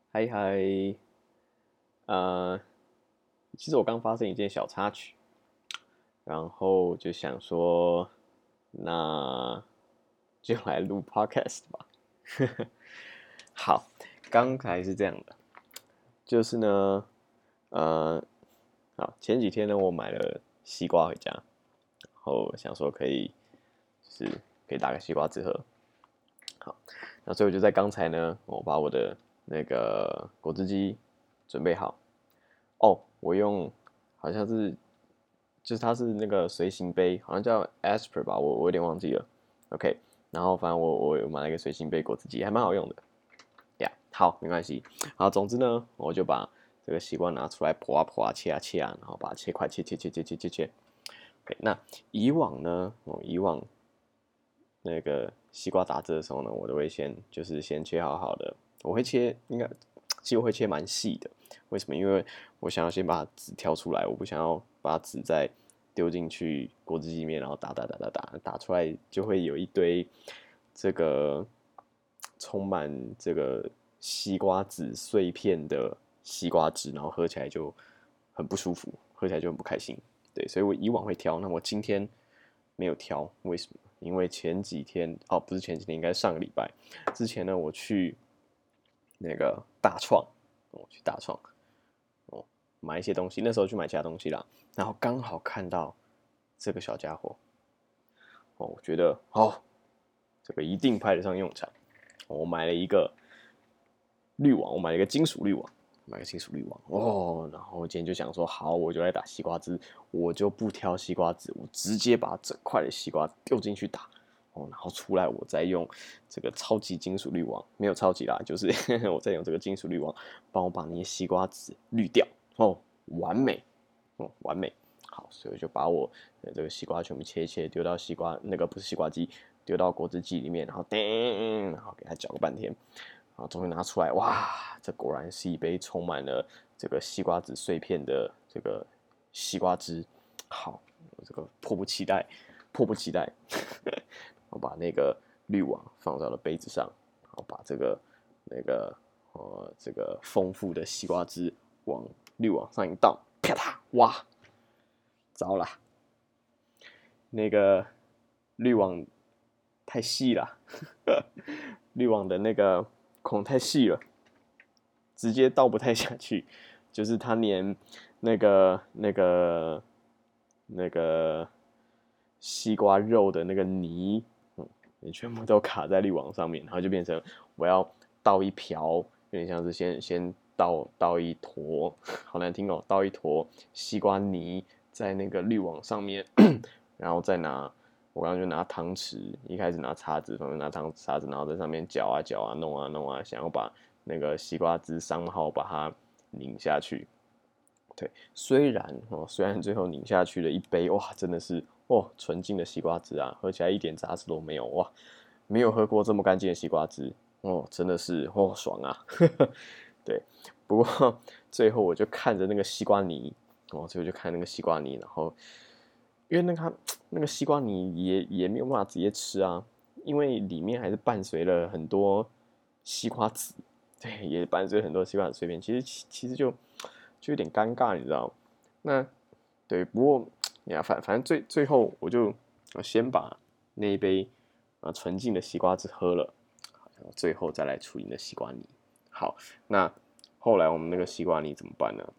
嗨嗨，呃，其实我刚发生一件小插曲，然后就想说，那就来录 podcast 吧。好，刚才是这样的，就是呢，呃，好，前几天呢，我买了西瓜回家，然后想说就是可以打个西瓜汁喝。好，那所以我就在刚才呢，我把我的那个果汁机准备好。哦，我用好像是就是它是那个随行杯，好像叫 Asper 吧，我有点忘记了。OK，然后反正我有买了一个随行杯果汁机，还蛮好用的呀。好，没关系。好，总之呢，我就把这个西瓜拿出来剖啊剖啊切啊切啊，然后把它切块切。OK，那以往呢，以往那个西瓜打汁的时候呢，我都会先切好好的，我会切其实我会切蛮细的。为什么？因为我想要先把籽挑出来，我不想要把籽再丢进去果汁机里面，然后打出来就会有一堆这个充满这个西瓜籽碎片的西瓜汁，然后喝起来就很不舒服，喝起来就很不开心。对，所以我以往会挑，那我今天没有挑，为什么？因为前几天哦，不是前几天，应该是上个礼拜之前呢，我去那个大创，我去大创哦买一些东西，那时候去买其他东西啦，然后刚好看到这个小家伙哦，我觉得哦，这个一定派得上用场。我买了一个滤网，我买了一个金属滤网，买个金属滤网哦。然后我今天就想说，好，我就来打西瓜汁，我就不挑西瓜汁，我直接把整块的西瓜丢进去打。哦，然后出来我再用这个超级金属滤网，没有超级啦，就是我再用这个金属滤网帮我把那些西瓜籽滤掉。哦，完美，完美。好，所以我就把我这个西瓜全部切一切，丢到那个不是西瓜机，丢到果汁机里面，然后叮，然后给它搅个半天，然后终于拿出来，哇，这果然是一杯充满了这个西瓜籽碎片的这个西瓜汁。好，我这个迫不及待，我把那个滤网放到了杯子上，然后把那个这个丰富的西瓜汁往滤网上一倒，啪嗒，哇，糟了，那个滤网太细了，滤网的那个孔太细了，直接倒不太下去，就是它连那个西瓜肉的那个泥，也全部都卡在滤网上面，然后就变成我要倒一瓢，有点像是先倒一坨，好难听哦，倒一坨西瓜泥在那个滤网上面，然后再我刚刚就拿汤匙，一开始拿叉子，反正拿叉子，然后在上面搅啊搅啊，弄啊，想要把那个西瓜汁商号把它拧下去。对，虽然最后拧下去了一杯，哇，真的是纯净的西瓜汁啊，喝起来一点杂质都没有，哇，没有喝过这么干净的西瓜汁，真的是爽啊！对，不过最后我就看着那个西瓜泥，最后就看那个西瓜泥，然后因为那个西瓜泥也没有办法直接吃啊，因为里面还是伴随了很多西瓜籽，对，也伴随很多西瓜籽碎片，其实就有点尴尬，你知道？那对，不过反正最后我就先把那一杯纯净的西瓜汁喝了，然后最后再来处理那西瓜泥。好，那后来我们那个西瓜泥怎么办呢？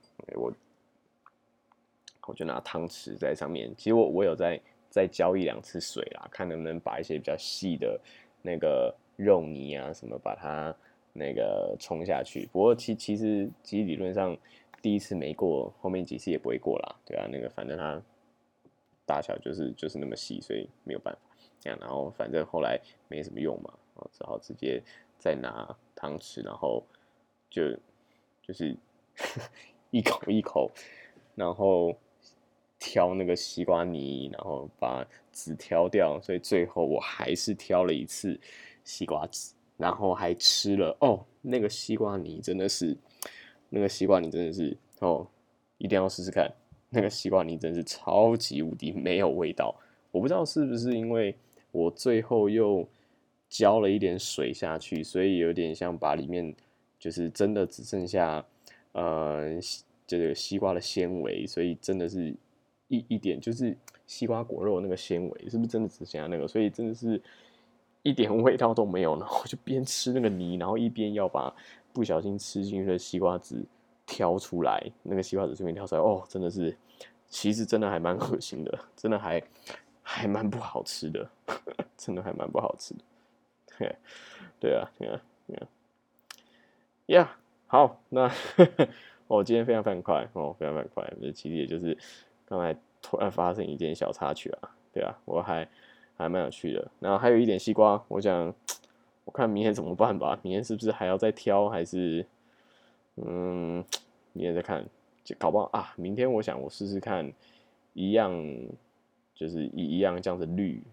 我就拿汤匙在上面，其实我有再浇一两次水啦，看能不能把一些比较细的那个肉泥啊什么把它那个冲下去。不过其实理论上第一次没过，后面几次也不会过啦，对啊，那个反正它大小就是那么细，所以没有办法。这样，然后反正后来没什么用嘛，只好直接再拿汤匙，然后就是一口一口，然后挑那个西瓜泥，然后把籽挑掉，所以最后我还是挑了一次西瓜籽，然后还吃了那个西瓜泥真的是，那个西瓜泥真的是一定要试试看，那个西瓜泥真是超级无敌没有味道，我不知道是不是因为我最后又浇了一点水下去，所以有点像把里面就是真的只剩下这个西瓜的纤维，所以真的是一点就是西瓜果肉那个纤维，是不是真的只剩下那个？所以真的是一点味道都没有，然后就边吃那个泥，然后一边要把不小心吃进去的西瓜籽挑出来，那个西瓜籽顺便挑出来，哦，真的是，其实真的还蛮恶心的，真的还蛮不好吃的，真的还蛮不好吃的。对啊，对啊，对啊，呀，好，那今天非常非常快哦，非常非常快。其实也就是刚才突然发生一件小插曲啊，对啊，还蛮有趣的。然后还有一点西瓜，我想我看明天怎么办吧？明天是不是还要再挑，还是嗯，明天再看，就搞不好啊。明天我想我试试看，一样就是一样这样子绿，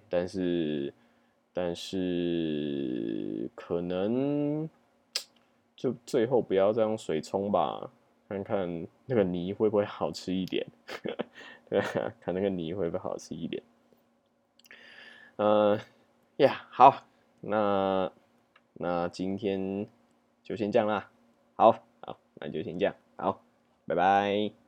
但是可能就最后不要再用水冲吧，看看那个泥会不会好吃一点。对啊，看那个泥会不会好吃一点。呃呀，好，那今天就先这样啦。好，那就先这样。好，拜拜。